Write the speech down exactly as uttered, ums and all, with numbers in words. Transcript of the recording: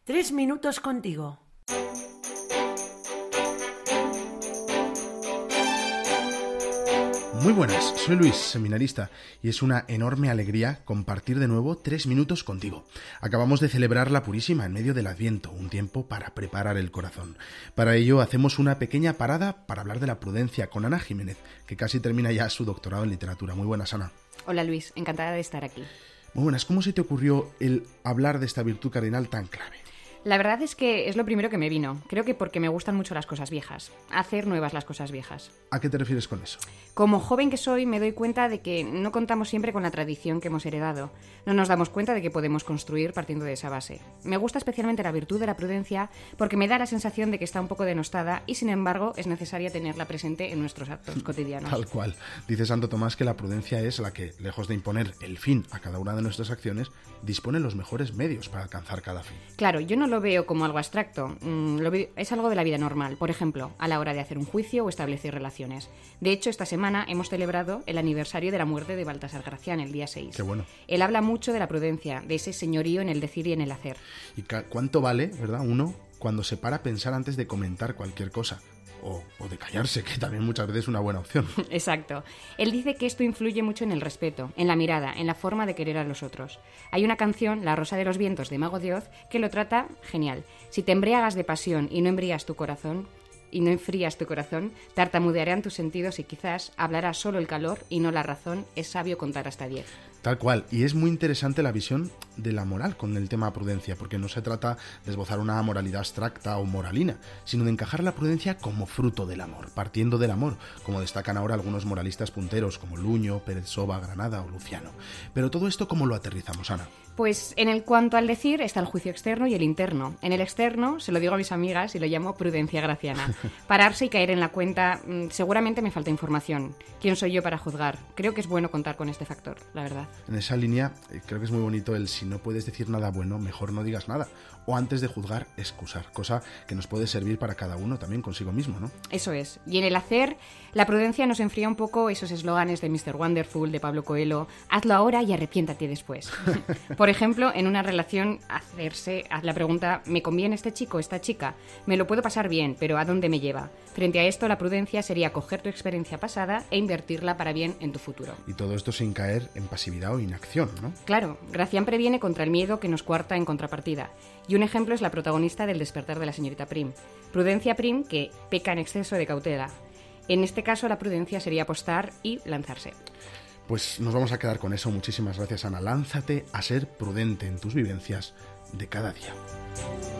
Tres minutos contigo. Muy buenas, soy Luis, seminarista, y es una enorme alegría compartir de nuevo tres minutos contigo. Acabamos de celebrar la Purísima en medio del Adviento, un tiempo para preparar el corazón. Para ello hacemos una pequeña parada para hablar de la prudencia con Ana Jiménez, que casi termina ya su doctorado en literatura. Muy buenas, Ana. Hola Luis, encantada de estar aquí. Muy buenas, ¿cómo se te ocurrió el hablar de esta virtud cardinal tan clave? La verdad es que es lo primero que me vino. Creo que porque me gustan mucho las cosas viejas. Hacer nuevas las cosas viejas. ¿A qué te refieres con eso? Como joven que soy, me doy cuenta de que no contamos siempre con la tradición que hemos heredado. No nos damos cuenta de que podemos construir partiendo de esa base. Me gusta especialmente la virtud de la prudencia porque me da la sensación de que está un poco denostada y, sin embargo, es necesaria tenerla presente en nuestros actos cotidianos. Tal cual. Dice Santo Tomás que la prudencia es la que, lejos de imponer el fin a cada una de nuestras acciones, dispone los mejores medios para alcanzar cada fin. Claro, yo no lo veo como algo abstracto. Mm, lo veo, es algo de la vida normal. Por ejemplo, a la hora de hacer un juicio o establecer relaciones. De hecho, esta semana hemos celebrado el aniversario de la muerte de Baltasar Gracián, el día seis. Qué bueno. Él habla mucho de la prudencia, de ese señorío en el decir y en el hacer. ¿Y cuánto vale, verdad, uno cuando se para a pensar antes de comentar cualquier cosa? O, o de callarse, que también muchas veces es una buena opción. Exacto. Él dice que esto influye mucho en el respeto, en la mirada, en la forma de querer a los otros. Hay una canción, La Rosa de los Vientos, de Mago de Oz, que lo trata genial. Si te embriagas de pasión y no embriagas tu corazón, y no enfrías tu corazón, tartamudearán tus sentidos y quizás hablará solo el calor y no la razón. Es sabio contar hasta diez. Tal cual. Y es muy interesante la visión de la moral con el tema prudencia, porque no se trata de esbozar una moralidad abstracta o moralina, sino de encajar la prudencia como fruto del amor, partiendo del amor, como destacan ahora algunos moralistas punteros como Luño, Pérez Soba, Granada o Luciano. Pero todo esto, ¿cómo lo aterrizamos, Ana? Pues en el cuanto al decir está el juicio externo y el interno. En el externo, se lo digo a mis amigas y lo llamo prudencia graciana. Pararse y caer en la cuenta, seguramente me falta información. ¿Quién soy yo para juzgar? Creo que es bueno contar con este factor, la verdad. En esa línea, creo que es muy bonito el si no puedes decir nada bueno, mejor no digas nada. O antes de juzgar, excusar. Cosa que nos puede servir para cada uno también consigo mismo, ¿no? Eso es. Y en el hacer, la prudencia nos enfría un poco esos eslóganes de mister Wonderful, de Pablo Coelho. Hazlo ahora y arrepiéntate después. Por ejemplo, en una relación, hacerse haz la pregunta, ¿me conviene este chico, esta chica? Me lo puedo pasar bien, pero ¿a dónde me lleva? Frente a esto, la prudencia sería coger tu experiencia pasada e invertirla para bien en tu futuro. Y todo esto sin caer en pasividad o inacción, ¿no? Claro, Gracián previene contra el miedo que nos coarta en contrapartida. Y un ejemplo es la protagonista del despertar de la señorita Prim. Prudencia Prim, que peca en exceso de cautela. En este caso, la prudencia sería apostar y lanzarse. Pues nos vamos a quedar con eso. Muchísimas gracias, Ana. Lánzate a ser prudente en tus vivencias de cada día.